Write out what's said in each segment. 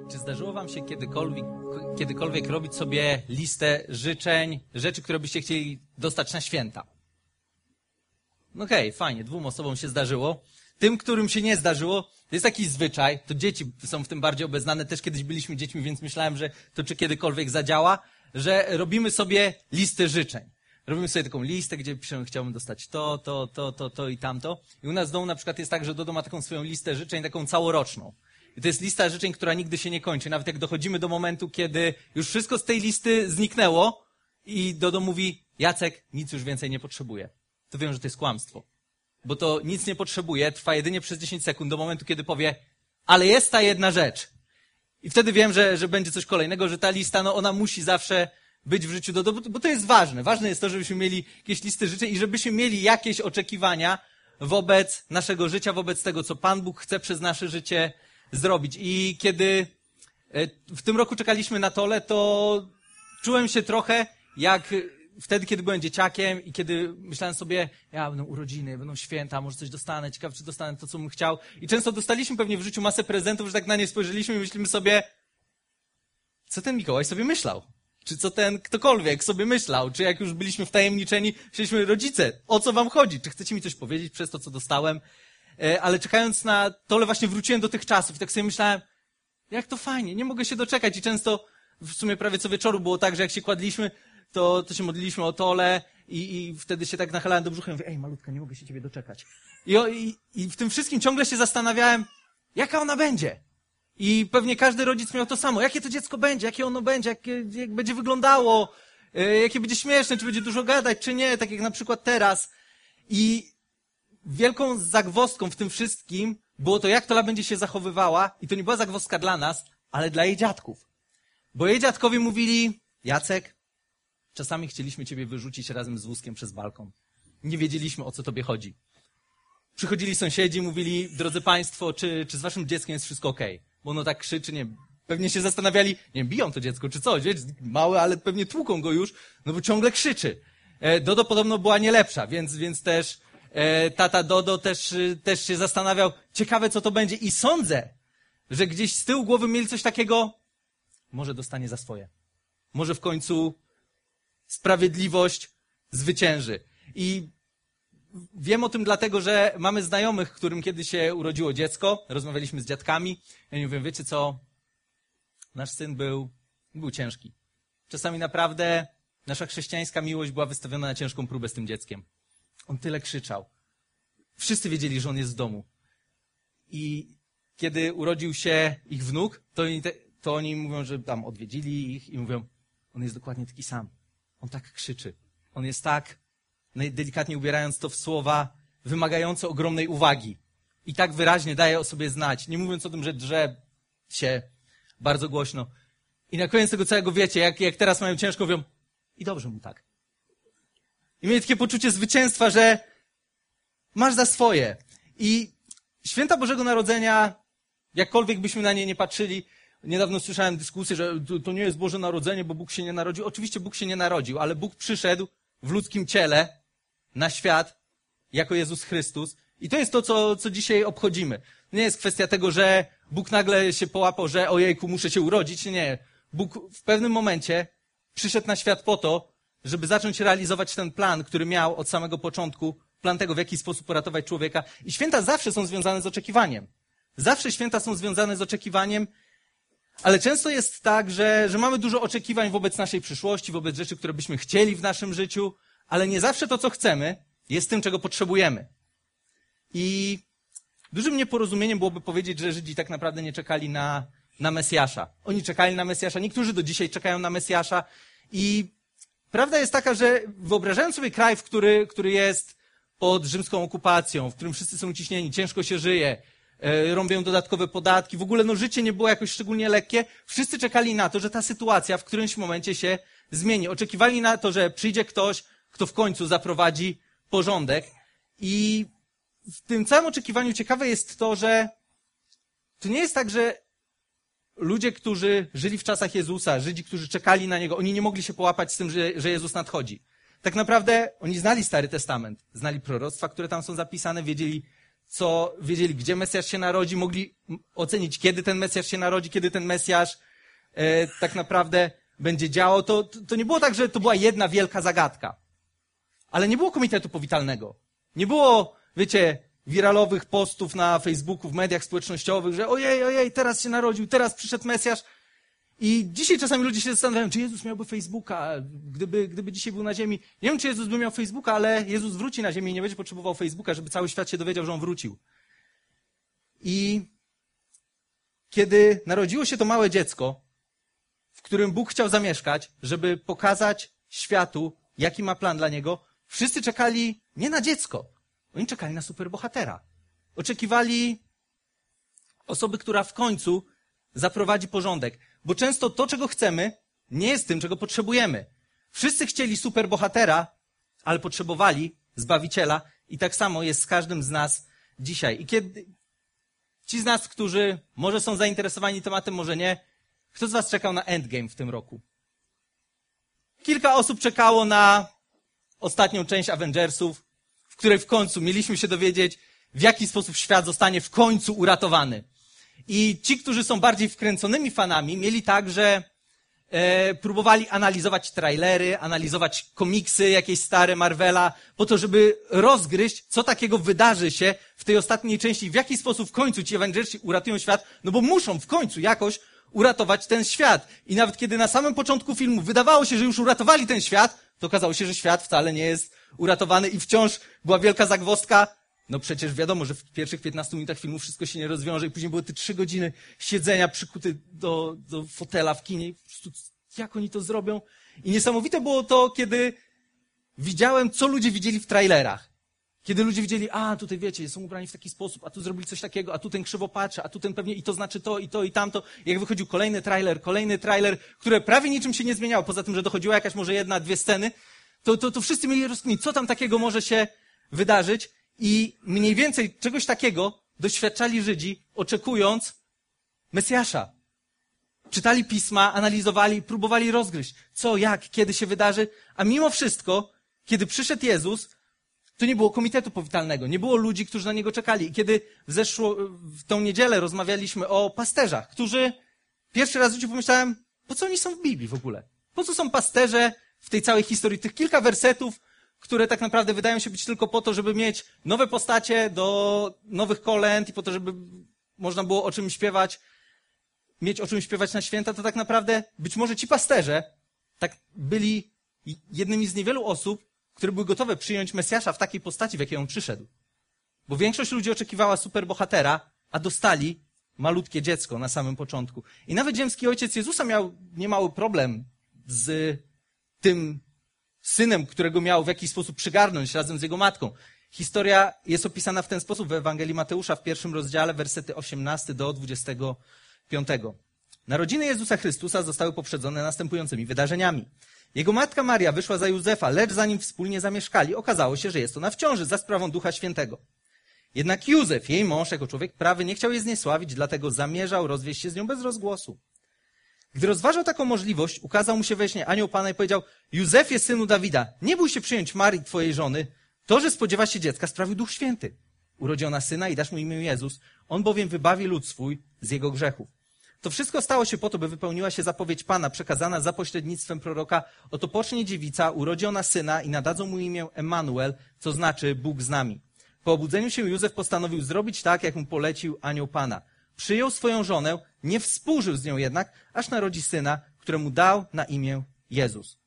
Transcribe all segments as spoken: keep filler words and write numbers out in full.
Czy zdarzyło wam się kiedykolwiek, kiedykolwiek robić sobie listę życzeń, rzeczy, które byście chcieli dostać na święta? No okej, okay, fajnie, dwóm osobom się zdarzyło. Tym, którym się nie zdarzyło, to jest taki zwyczaj, to dzieci są w tym bardziej obeznane, też kiedyś byliśmy dziećmi, więc myślałem, że to czy kiedykolwiek zadziała, że robimy sobie listę życzeń. Robimy sobie taką listę, gdzie piszemy, chciałbym dostać to, to, to, to, to i tamto. I u nas w domu na przykład jest tak, że Dodo ma taką swoją listę życzeń, taką całoroczną. I to jest lista życzeń, która nigdy się nie kończy. Nawet jak dochodzimy do momentu, kiedy już wszystko z tej listy zniknęło i Dodo mówi, Jacek, nic już więcej nie potrzebuje. To wiem, że to jest kłamstwo. Bo to nic nie potrzebuje, trwa jedynie przez dziesięć sekund do momentu, kiedy powie, ale jest ta jedna rzecz. I wtedy wiem, że, że będzie coś kolejnego, że ta lista, no ona musi zawsze być w życiu Dodo, bo to jest ważne. Ważne jest to, żebyśmy mieli jakieś listy życzeń i żebyśmy mieli jakieś oczekiwania wobec naszego życia, wobec tego, co Pan Bóg chce przez nasze życie zrobić. I kiedy w tym roku czekaliśmy na Tolę, to czułem się trochę jak wtedy, kiedy byłem dzieciakiem i kiedy myślałem sobie, ja będą urodziny, będą święta, może coś dostanę, ciekawe, czy dostanę to, co bym chciał. I często dostaliśmy pewnie w życiu masę prezentów, że tak na nie spojrzeliśmy i myślimy sobie, co ten Mikołaj sobie myślał? Czy co ten ktokolwiek sobie myślał? Czy jak już byliśmy wtajemniczeni, myśleliśmy, rodzice, o co wam chodzi? Czy chcecie mi coś powiedzieć przez to, co dostałem? Ale czekając na Tolę właśnie wróciłem do tych czasów i tak sobie myślałem, jak to fajnie, nie mogę się doczekać. I często w sumie prawie co wieczoru było tak, że jak się kładliśmy, to, to się modliliśmy o Tolę i, i wtedy się tak nachylałem do brzucha i mówię, ej malutka, nie mogę się ciebie doczekać. I, i, I w tym wszystkim ciągle się zastanawiałem, jaka ona będzie. I pewnie każdy rodzic miał to samo. Jakie to dziecko będzie, jakie ono będzie, jak, jak będzie wyglądało, yy, jakie będzie śmieszne, czy będzie dużo gadać, czy nie, tak jak na przykład teraz. I wielką zagwozdką w tym wszystkim było to, jak Tola będzie się zachowywała. I to nie była zagwozdka dla nas, ale dla jej dziadków. Bo jej dziadkowie mówili, Jacek, czasami chcieliśmy ciebie wyrzucić razem z wózkiem przez balkon. Nie wiedzieliśmy, o co tobie chodzi. Przychodzili sąsiedzi, mówili, drodzy państwo, czy, czy z waszym dzieckiem jest wszystko okej? Okay? Bo ono tak krzyczy, nie, pewnie się zastanawiali, nie wiem, biją to dziecko, czy coś, wiesz, małe, ale pewnie tłuką go już, no bo ciągle krzyczy. E, Dodo podobno była nie lepsza, więc, więc też e, tata Dodo też, też się zastanawiał, ciekawe co to będzie i sądzę, że gdzieś z tyłu głowy mieli coś takiego, może dostanie za swoje. Może w końcu sprawiedliwość zwycięży. I wiem o tym dlatego, że mamy znajomych, którym kiedy się urodziło dziecko, rozmawialiśmy z dziadkami, ja nie mówię, wiecie co, nasz syn był, był ciężki. Czasami naprawdę nasza chrześcijańska miłość była wystawiona na ciężką próbę z tym dzieckiem. On tyle krzyczał. Wszyscy wiedzieli, że on jest w domu. I kiedy urodził się ich wnuk, to oni, te, to oni mówią, że tam odwiedzili ich i mówią, on jest dokładnie taki sam. On tak krzyczy. On jest tak, najdelikatniej ubierając to w słowa, wymagające ogromnej uwagi. I tak wyraźnie daje o sobie znać, nie mówiąc o tym, że drze się bardzo głośno. I na koniec tego całego wiecie, jak, jak teraz mają ciężko, mówią, i dobrze mu tak. I mieli takie poczucie zwycięstwa, że masz za swoje. I święta Bożego Narodzenia, jakkolwiek byśmy na nie nie patrzyli, niedawno słyszałem dyskusję, że to, to nie jest Boże Narodzenie, bo Bóg się nie narodził. Oczywiście Bóg się nie narodził, ale Bóg przyszedł w ludzkim ciele na świat jako Jezus Chrystus. I to jest to, co, co dzisiaj obchodzimy. Nie jest kwestia tego, że Bóg nagle się połapał, że ojejku, muszę się urodzić. Nie. Bóg w pewnym momencie przyszedł na świat po to, żeby zacząć realizować ten plan, który miał od samego początku, plan tego, w jaki sposób uratować człowieka. I święta zawsze są związane z oczekiwaniem. Zawsze święta są związane z oczekiwaniem, ale często jest tak, że, że mamy dużo oczekiwań wobec naszej przyszłości, wobec rzeczy, które byśmy chcieli w naszym życiu, ale nie zawsze to, co chcemy, jest tym, czego potrzebujemy. I dużym nieporozumieniem byłoby powiedzieć, że Żydzi tak naprawdę nie czekali na, na Mesjasza. Oni czekali na Mesjasza, niektórzy do dzisiaj czekają na Mesjasza i prawda jest taka, że wyobrażając sobie kraj, w który, który jest pod rzymską okupacją, w którym wszyscy są uciśnieni, ciężko się żyje, e, rąbią dodatkowe podatki, w ogóle no życie nie było jakoś szczególnie lekkie, wszyscy czekali na to, że ta sytuacja w którymś momencie się zmieni. Oczekiwali na to, że przyjdzie ktoś, kto w końcu zaprowadzi porządek. I w tym całym oczekiwaniu ciekawe jest to, że to nie jest tak, że ludzie, którzy żyli w czasach Jezusa, Żydzi, którzy czekali na Niego, oni nie mogli się połapać z tym, że, że Jezus nadchodzi. Tak naprawdę oni znali Stary Testament, znali proroctwa, które tam są zapisane, wiedzieli, co wiedzieli, gdzie Mesjasz się narodzi, mogli ocenić, kiedy ten Mesjasz się narodzi, kiedy ten Mesjasz e, tak naprawdę będzie działał. To, to, to nie było tak, że to była jedna wielka zagadka. Ale nie było komitetu powitalnego. Nie było, wiecie, wiralowych postów na Facebooku, w mediach społecznościowych, że ojej, ojej, teraz się narodził, teraz przyszedł Mesjasz. I dzisiaj czasami ludzie się zastanawiają, czy Jezus miałby Facebooka, gdyby, gdyby dzisiaj był na ziemi. Nie wiem, czy Jezus by miał Facebooka, ale Jezus wróci na ziemię i nie będzie potrzebował Facebooka, żeby cały świat się dowiedział, że On wrócił. I kiedy narodziło się to małe dziecko, w którym Bóg chciał zamieszkać, żeby pokazać światu, jaki ma plan dla niego, wszyscy czekali nie na dziecko. Oni czekali na superbohatera. Oczekiwali osoby, która w końcu zaprowadzi porządek. Bo często to, czego chcemy, nie jest tym, czego potrzebujemy. Wszyscy chcieli superbohatera, ale potrzebowali Zbawiciela. I tak samo jest z każdym z nas dzisiaj. I kiedy ci z nas, którzy może są zainteresowani tematem, może nie, kto z was czekał na Endgame w tym roku? Kilka osób czekało na ostatnią część Avengersów, w której w końcu mieliśmy się dowiedzieć, w jaki sposób świat zostanie w końcu uratowany. I ci, którzy są bardziej wkręconymi fanami, mieli tak, że e, próbowali analizować trailery, analizować komiksy jakieś stare Marvela, po to, żeby rozgryźć, co takiego wydarzy się w tej ostatniej części, w jaki sposób w końcu ci Avengersi uratują świat, no bo muszą w końcu jakoś uratować ten świat. I nawet kiedy na samym początku filmu wydawało się, że już uratowali ten świat, to okazało się, że świat wcale nie jest uratowany i wciąż była wielka zagwozdka. No przecież wiadomo, że w pierwszych piętnastu minutach filmu wszystko się nie rozwiąże i później były te trzy godziny siedzenia przykuty do, do fotela w kinie. I po prostu jak oni to zrobią? I niesamowite było to, kiedy widziałem, co ludzie widzieli w trailerach. Kiedy ludzie widzieli, a tutaj wiecie, są ubrani w taki sposób, a tu zrobili coś takiego, a tu ten krzywo patrzy, a tu ten pewnie i to znaczy to, i to, i tamto. I jak wychodził kolejny trailer, kolejny trailer, które prawie niczym się nie zmieniało, poza tym, że dochodziła jakaś może jedna, dwie sceny, to, to, to wszyscy mieli rozkminić, co tam takiego może się wydarzyć. I mniej więcej czegoś takiego doświadczali Żydzi, oczekując Mesjasza. Czytali pisma, analizowali, próbowali rozgryźć, co, jak, kiedy się wydarzy, a mimo wszystko, kiedy przyszedł Jezus, to nie było komitetu powitalnego, nie było ludzi, którzy na Niego czekali. I kiedy w, zeszło, w tą niedzielę rozmawialiśmy o pasterzach, którzy pierwszy raz w życiu pomyślałem, po co oni są w Biblii w ogóle? Po co są pasterze w tej całej historii? Tych kilka wersetów, które tak naprawdę wydają się być tylko po to, żeby mieć nowe postacie do nowych kolęd i po to, żeby można było o czym śpiewać, mieć o czym śpiewać na święta, to tak naprawdę być może ci pasterze tak byli jednymi z niewielu osób, które były gotowe przyjąć Mesjasza w takiej postaci, w jakiej on przyszedł. Bo większość ludzi oczekiwała superbohatera, a dostali malutkie dziecko na samym początku. I nawet ziemski ojciec Jezusa miał niemały problem z tym synem, którego miał w jakiś sposób przygarnąć razem z jego matką. Historia jest opisana w ten sposób w Ewangelii Mateusza w pierwszym rozdziale, wersety osiemnasty do dwudziestego piątego. Narodziny Jezusa Chrystusa zostały poprzedzone następującymi wydarzeniami. Jego matka Maria wyszła za Józefa, lecz zanim wspólnie zamieszkali, okazało się, że jest ona w ciąży za sprawą Ducha Świętego. Jednak Józef, jej mąż, jako człowiek prawy, nie chciał jej zniesławić, dlatego zamierzał rozwieść się z nią bez rozgłosu. Gdy rozważał taką możliwość, ukazał mu się we śnie anioł Pana i powiedział: Józefie, synu Dawida, nie bój się przyjąć Marii, twojej żony. To, że spodziewa się dziecka, sprawił Duch Święty. Urodzi ona syna i dasz mu imię Jezus. On bowiem wybawi lud swój z jego grzechów. To wszystko stało się po to, by wypełniła się zapowiedź Pana, przekazana za pośrednictwem proroka. Oto pocznie dziewica, urodzi ona syna i nadadzą mu imię Emmanuel, co znaczy Bóg z nami. Po obudzeniu się Józef postanowił zrobić tak, jak mu polecił anioł Pana. Przyjął swoją żonę, nie współżył z nią jednak, aż narodzi syna, któremu dał na imię Jezus.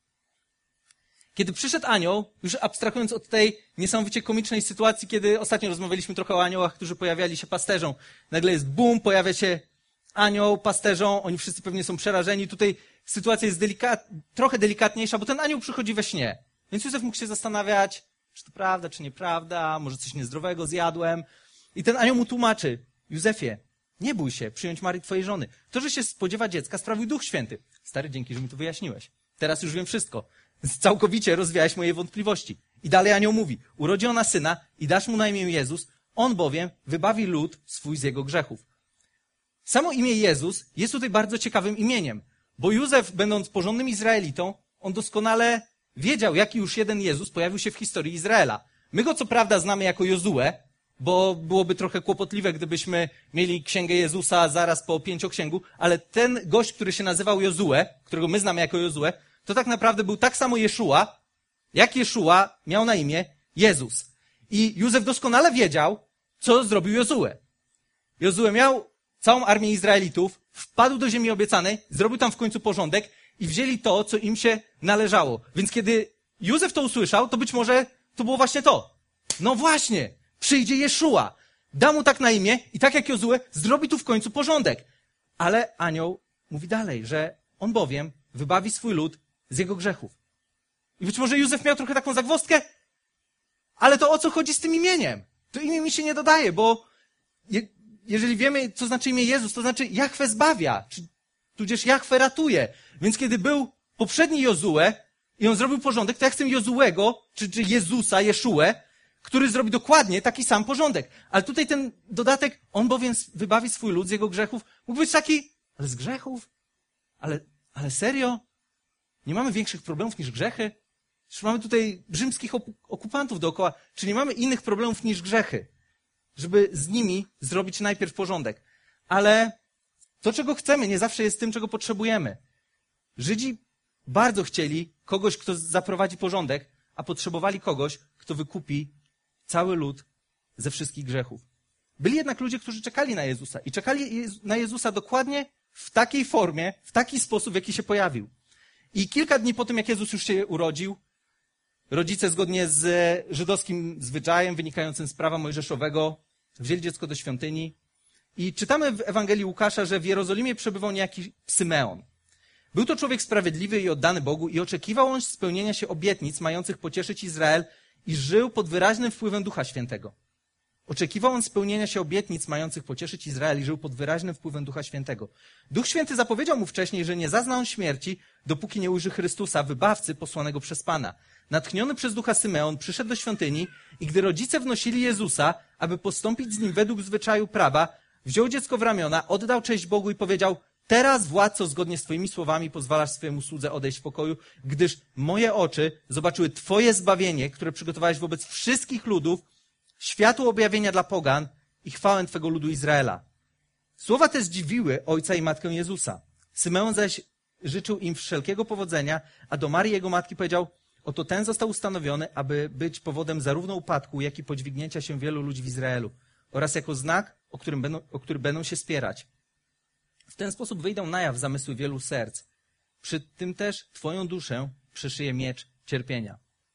Kiedy przyszedł anioł, już abstrahując od tej niesamowicie komicznej sytuacji, kiedy ostatnio rozmawialiśmy trochę o aniołach, którzy pojawiali się pasterzom. Nagle jest boom, pojawia się anioł pasterzom, oni wszyscy pewnie są przerażeni. Tutaj sytuacja jest delikat, trochę delikatniejsza, bo ten anioł przychodzi we śnie. Więc Józef mógł się zastanawiać, czy to prawda, czy nieprawda, może coś niezdrowego zjadłem. I ten anioł mu tłumaczy: Józefie, nie bój się przyjąć Marii, twojej żony. To, że się spodziewa dziecka, sprawił Duch Święty. Stary, dzięki, że mi to wyjaśniłeś. Teraz już wiem wszystko. Całkowicie rozwiałeś moje wątpliwości. I dalej anioł mówi: urodzi ona syna i dasz mu na imię Jezus, on bowiem wybawi lud swój z jego grzechów. Samo imię Jezus jest tutaj bardzo ciekawym imieniem, bo Józef, będąc porządnym Izraelitą, on doskonale wiedział, jaki już jeden Jezus pojawił się w historii Izraela. My go co prawda znamy jako Jozue, bo byłoby trochę kłopotliwe, gdybyśmy mieli księgę Jezusa zaraz po pięcioksięgu, ale ten gość, który się nazywał Jozue, którego my znamy jako Jozue, to tak naprawdę był tak samo Jeszua, jak Jeszua miał na imię Jezus. I Józef doskonale wiedział, co zrobił Jozue. Jozue miał całą armię Izraelitów, wpadł do ziemi obiecanej, zrobił tam w końcu porządek i wzięli to, co im się należało. Więc kiedy Józef to usłyszał, to być może to było właśnie to. No właśnie, przyjdzie Jeszua, da mu tak na imię i tak jak Jozue zrobi tu w końcu porządek. Ale anioł mówi dalej, że on bowiem wybawi swój lud z jego grzechów. I być może Józef miał trochę taką zagwozdkę, ale to o co chodzi z tym imieniem? To imię mi się nie dodaje, bo je, jeżeli wiemy, co znaczy imię Jezus, to znaczy Jahwe zbawia, czy tudzież Jahwe ratuje. Więc kiedy był poprzedni Jozue i on zrobił porządek, to ja chcę Jozuego, czy, czy Jezusa, Jeszue, który zrobi dokładnie taki sam porządek. Ale tutaj ten dodatek, on bowiem wybawi swój lud z jego grzechów, mógł być taki, ale z grzechów? Ale, ale serio? Nie mamy większych problemów niż grzechy? Czy mamy tutaj rzymskich okupantów dookoła? Czy nie mamy innych problemów niż grzechy? Żeby z nimi zrobić najpierw porządek. Ale to, czego chcemy, nie zawsze jest tym, czego potrzebujemy. Żydzi bardzo chcieli kogoś, kto zaprowadzi porządek, a potrzebowali kogoś, kto wykupi cały lud ze wszystkich grzechów. Byli jednak ludzie, którzy czekali na Jezusa i czekali na Jezusa dokładnie w takiej formie, w taki sposób, w jaki się pojawił. I kilka dni po tym, jak Jezus już się urodził, rodzice zgodnie z żydowskim zwyczajem wynikającym z prawa mojżeszowego wzięli dziecko do świątyni i czytamy w Ewangelii Łukasza, że w Jerozolimie przebywał niejaki Symeon. Był to człowiek sprawiedliwy i oddany Bogu i oczekiwał on spełnienia się obietnic mających pocieszyć Izrael i żył pod wyraźnym wpływem Ducha Świętego. Oczekiwał on spełnienia się obietnic mających pocieszyć Izrael i żył pod wyraźnym wpływem Ducha Świętego. Duch Święty zapowiedział mu wcześniej, że nie zazna on śmierci, dopóki nie ujrzy Chrystusa, wybawcy posłanego przez Pana. Natchniony przez Ducha Symeon przyszedł do świątyni i gdy rodzice wnosili Jezusa, aby postąpić z nim według zwyczaju prawa, wziął dziecko w ramiona, oddał cześć Bogu i powiedział: teraz, władco, zgodnie z Twoimi słowami pozwalasz swojemu słudze odejść w pokoju, gdyż moje oczy zobaczyły Twoje zbawienie, które przygotowałeś wobec wszystkich ludów, światło objawienia dla pogan i chwałę Twego ludu Izraela. Słowa te zdziwiły ojca i matkę Jezusa. Symeon zaś życzył im wszelkiego powodzenia, a do Marii jego matki powiedział: oto ten został ustanowiony, aby być powodem zarówno upadku, jak i podźwignięcia się wielu ludzi w Izraelu oraz jako znak, o którym będą, o który będą się spierać. W ten sposób wyjdą na jaw zamysły wielu serc. Przy tym też Twoją duszę przeszyje miecz cierpienia.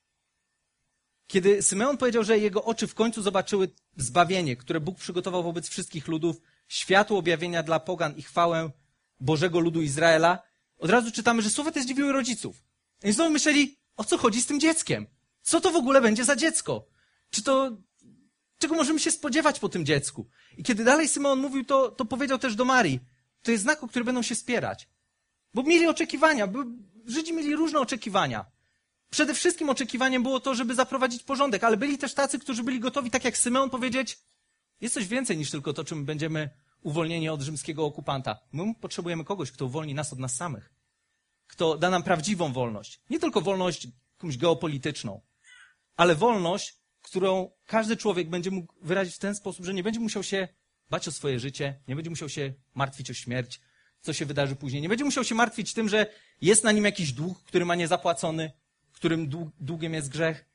Kiedy Symeon powiedział, że jego oczy w końcu zobaczyły zbawienie, które Bóg przygotował wobec wszystkich ludów, światło objawienia dla pogan i chwałę Bożego ludu Izraela, od razu czytamy, że słowa te zdziwiły rodziców. I znowu myśleli, o co chodzi z tym dzieckiem? Co to w ogóle będzie za dziecko? Czy to, czego możemy się spodziewać po tym dziecku? I kiedy dalej Symeon mówił, to, to powiedział też do Marii: to jest znak, o który będą się spierać. Bo mieli oczekiwania, bo Żydzi mieli różne oczekiwania. Przede wszystkim oczekiwaniem było to, żeby zaprowadzić porządek, ale byli też tacy, którzy byli gotowi, tak jak Symeon, powiedzieć: jest coś więcej niż tylko to, czym będziemy uwolnieni od rzymskiego okupanta. My potrzebujemy kogoś, kto uwolni nas od nas samych. Kto da nam prawdziwą wolność. Nie tylko wolność jakąś geopolityczną, ale wolność, którą każdy człowiek będzie mógł wyrazić w ten sposób, że nie będzie musiał się bać o swoje życie, nie będzie musiał się martwić o śmierć, co się wydarzy później. Nie będzie musiał się martwić tym, że jest na nim jakiś dług, który ma niezapłacony, którym długiem jest grzech.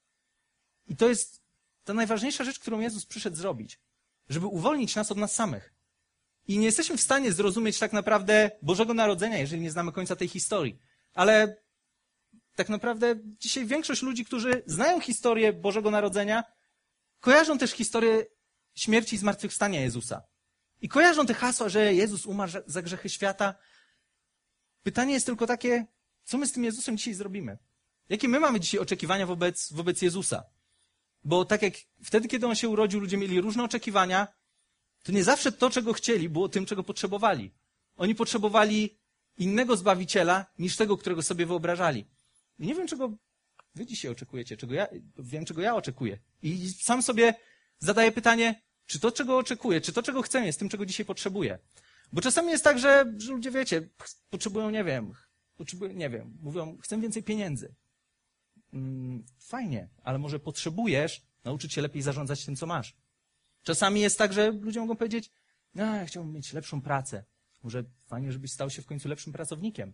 I to jest ta najważniejsza rzecz, którą Jezus przyszedł zrobić, żeby uwolnić nas od nas samych. I nie jesteśmy w stanie zrozumieć tak naprawdę Bożego Narodzenia, jeżeli nie znamy końca tej historii. Ale tak naprawdę dzisiaj większość ludzi, którzy znają historię Bożego Narodzenia, kojarzą też historię śmierci i zmartwychwstania Jezusa. I kojarzą te hasła, że Jezus umarł za grzechy świata. Pytanie jest tylko takie, co my z tym Jezusem dzisiaj zrobimy? Jakie my mamy dzisiaj oczekiwania wobec, wobec Jezusa? Bo tak jak wtedy, kiedy On się urodził, ludzie mieli różne oczekiwania, to nie zawsze to, czego chcieli, było tym, czego potrzebowali. Oni potrzebowali innego Zbawiciela, niż tego, którego sobie wyobrażali. I nie wiem, czego wy dzisiaj oczekujecie, czego ja, wiem, czego ja oczekuję. I sam sobie zadaję pytanie, czy to, czego oczekuję, czy to, czego chcę, jest tym, czego dzisiaj potrzebuję. Bo czasami jest tak, że, że ludzie, wiecie, potrzebują, nie wiem, potrzebują, nie wiem, mówią, chcę więcej pieniędzy. Mm, fajnie, ale może potrzebujesz nauczyć się lepiej zarządzać tym, co masz. Czasami jest tak, że ludzie mogą powiedzieć, no, ja chciałbym mieć lepszą pracę. Może fajnie, żebyś stał się w końcu lepszym pracownikiem.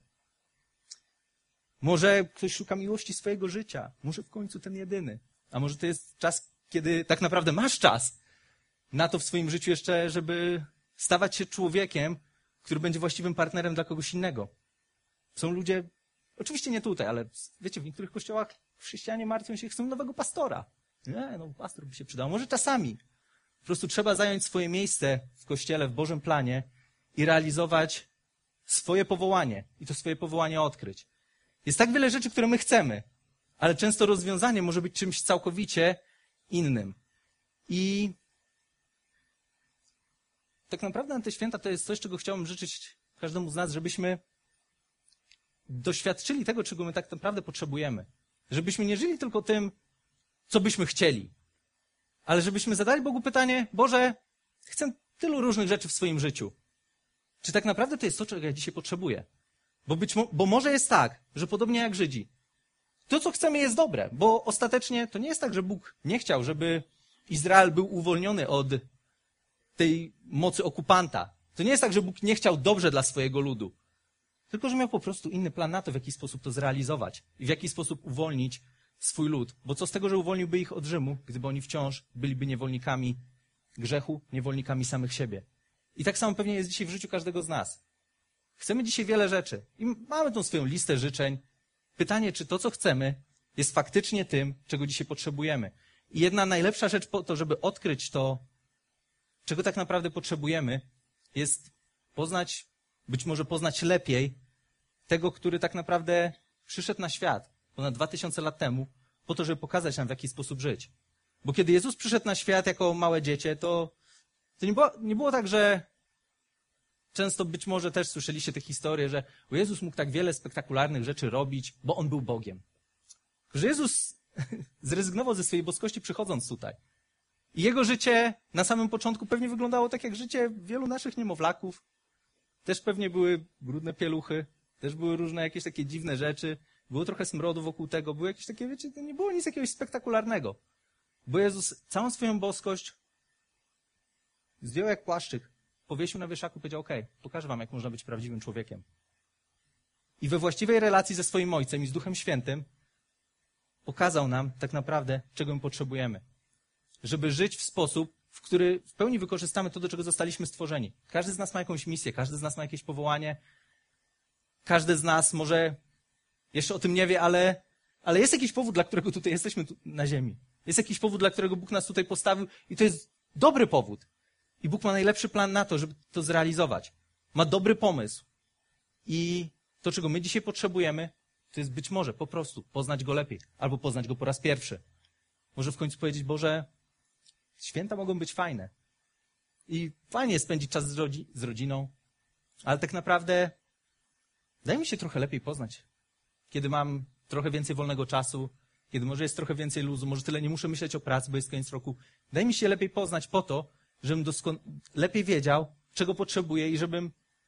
Może ktoś szuka miłości swojego życia. Może w końcu ten jedyny. A może to jest czas, kiedy tak naprawdę masz czas na to w swoim życiu jeszcze, żeby stawać się człowiekiem, który będzie właściwym partnerem dla kogoś innego. Są ludzie, oczywiście nie tutaj, ale wiecie, w niektórych kościołach chrześcijanie martwią się, chcą nowego pastora. Nie, no pastor by się przydał. Może czasami po prostu trzeba zająć swoje miejsce w kościele, w Bożym planie i realizować swoje powołanie. I to swoje powołanie odkryć. Jest tak wiele rzeczy, które my chcemy, ale często rozwiązanie może być czymś całkowicie innym. I tak naprawdę na te święta to jest coś, czego chciałbym życzyć każdemu z nas, żebyśmy doświadczyli tego, czego my tak naprawdę potrzebujemy. Żebyśmy nie żyli tylko tym, co byśmy chcieli, ale żebyśmy zadali Bogu pytanie, Boże, chcę tylu różnych rzeczy w swoim życiu. Czy tak naprawdę to jest to, czego ja dzisiaj potrzebuję? Bo, być mo- bo może jest tak, że podobnie jak Żydzi, to, co chcemy, jest dobre, bo ostatecznie to nie jest tak, że Bóg nie chciał, żeby Izrael był uwolniony od tej mocy okupanta. To nie jest tak, że Bóg nie chciał dobrze dla swojego ludu, tylko że miał po prostu inny plan na to, w jaki sposób to zrealizować i w jaki sposób uwolnić swój lud. Bo co z tego, że uwolniłby ich od Rzymu, gdyby oni wciąż byliby niewolnikami grzechu, niewolnikami samych siebie. I tak samo pewnie jest dzisiaj w życiu każdego z nas. Chcemy dzisiaj wiele rzeczy i mamy tą swoją listę życzeń. Pytanie, czy to, co chcemy, jest faktycznie tym, czego dzisiaj potrzebujemy. I jedna najlepsza rzecz po to, żeby odkryć to, czego tak naprawdę potrzebujemy, jest poznać, być może poznać lepiej tego, który tak naprawdę przyszedł na świat ponad dwa tysiące lat temu, po to, żeby pokazać nam, w jaki sposób żyć. Bo kiedy Jezus przyszedł na świat jako małe dziecię, to, to nie, było, nie było tak, że często być może też słyszeliście te historie, że o Jezus mógł tak wiele spektakularnych rzeczy robić, bo On był Bogiem. Że Jezus zrezygnował ze swojej boskości przychodząc tutaj. I Jego życie na samym początku pewnie wyglądało tak jak życie wielu naszych niemowlaków. Też pewnie były brudne pieluchy, też były różne jakieś takie dziwne rzeczy, było trochę smrodu wokół tego, było jakieś takie, wiecie, to nie było nic jakiegoś spektakularnego. Bo Jezus całą swoją boskość zdjął jak płaszczyk, powiesił na wieszaku, powiedział, okej, okay, pokażę wam, jak można być prawdziwym człowiekiem. I we właściwej relacji ze swoim Ojcem i z Duchem Świętym pokazał nam tak naprawdę, czego my potrzebujemy. Żeby żyć w sposób, w który w pełni wykorzystamy to, do czego zostaliśmy stworzeni. Każdy z nas ma jakąś misję, każdy z nas ma jakieś powołanie, każdy z nas może jeszcze o tym nie wie, ale, ale jest jakiś powód, dla którego tutaj jesteśmy tu na ziemi. Jest jakiś powód, dla którego Bóg nas tutaj postawił i to jest dobry powód. I Bóg ma najlepszy plan na to, żeby to zrealizować. Ma dobry pomysł. I to, czego my dzisiaj potrzebujemy, to jest być może po prostu poznać Go lepiej, albo poznać Go po raz pierwszy. Może w końcu powiedzieć, Boże, święta mogą być fajne. I fajnie jest spędzić czas z, rodzi- z rodziną, ale tak naprawdę daj mi się trochę lepiej poznać. Kiedy mam trochę więcej wolnego czasu, kiedy może jest trochę więcej luzu, może tyle nie muszę myśleć o pracy, bo jest koniec roku. Daj mi się lepiej poznać po to, żebym doskon- lepiej wiedział, czego potrzebuję i żebym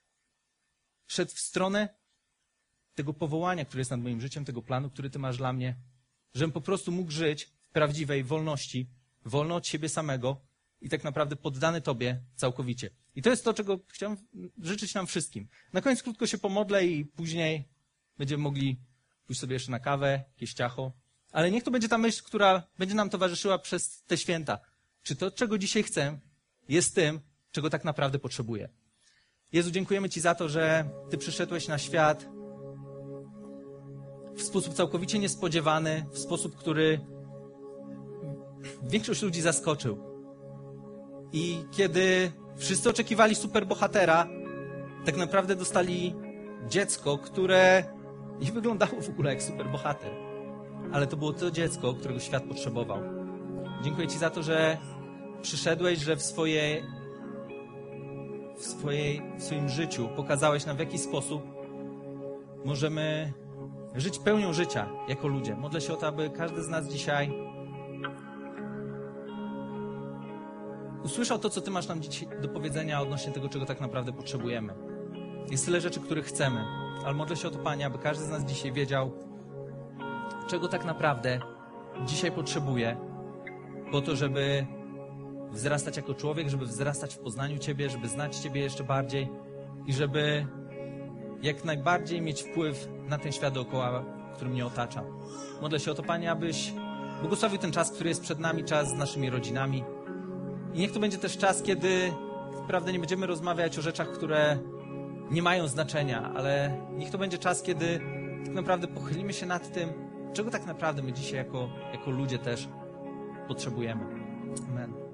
szedł w stronę tego powołania, które jest nad moim życiem, tego planu, który Ty masz dla mnie, żebym po prostu mógł żyć w prawdziwej wolności, wolno od siebie samego i tak naprawdę poddany Tobie całkowicie. I to jest to, czego chciałem życzyć nam wszystkim. Na koniec krótko się pomodlę i później będziemy mogli pójść sobie jeszcze na kawę, jakieś ciacho. Ale niech to będzie ta myśl, która będzie nam towarzyszyła przez te święta. Czy to, czego dzisiaj chcę, jest tym, czego tak naprawdę potrzebuję. Jezu, dziękujemy Ci za to, że Ty przyszedłeś na świat w sposób całkowicie niespodziewany, w sposób, który większość ludzi zaskoczył. I kiedy wszyscy oczekiwali superbohatera, tak naprawdę dostali dziecko, które nie wyglądało w ogóle jak superbohater. Ale to było to dziecko, którego świat potrzebował. Dziękuję Ci za to, że przyszedłeś, że w swojej, w swojej, w swoim życiu pokazałeś nam, w jaki sposób możemy żyć pełnią życia jako ludzie. Modlę się o to, aby każdy z nas dzisiaj usłyszał to, co Ty masz nam dzisiaj do powiedzenia odnośnie tego, czego tak naprawdę potrzebujemy. Jest tyle rzeczy, których chcemy, ale modlę się o to, Panie, aby każdy z nas dzisiaj wiedział, czego tak naprawdę dzisiaj potrzebuje, po to, żeby wzrastać jako człowiek, żeby wzrastać w poznaniu Ciebie, żeby znać Ciebie jeszcze bardziej i żeby jak najbardziej mieć wpływ na ten świat dookoła, który mnie otacza. Modlę się o to, Panie, abyś błogosławił ten czas, który jest przed nami, czas z naszymi rodzinami. I niech to będzie też czas, kiedy naprawdę nie będziemy rozmawiać o rzeczach, które nie mają znaczenia, ale niech to będzie czas, kiedy tak naprawdę pochylimy się nad tym, czego tak naprawdę my dzisiaj jako, jako ludzie też potrzebujemy. Amen.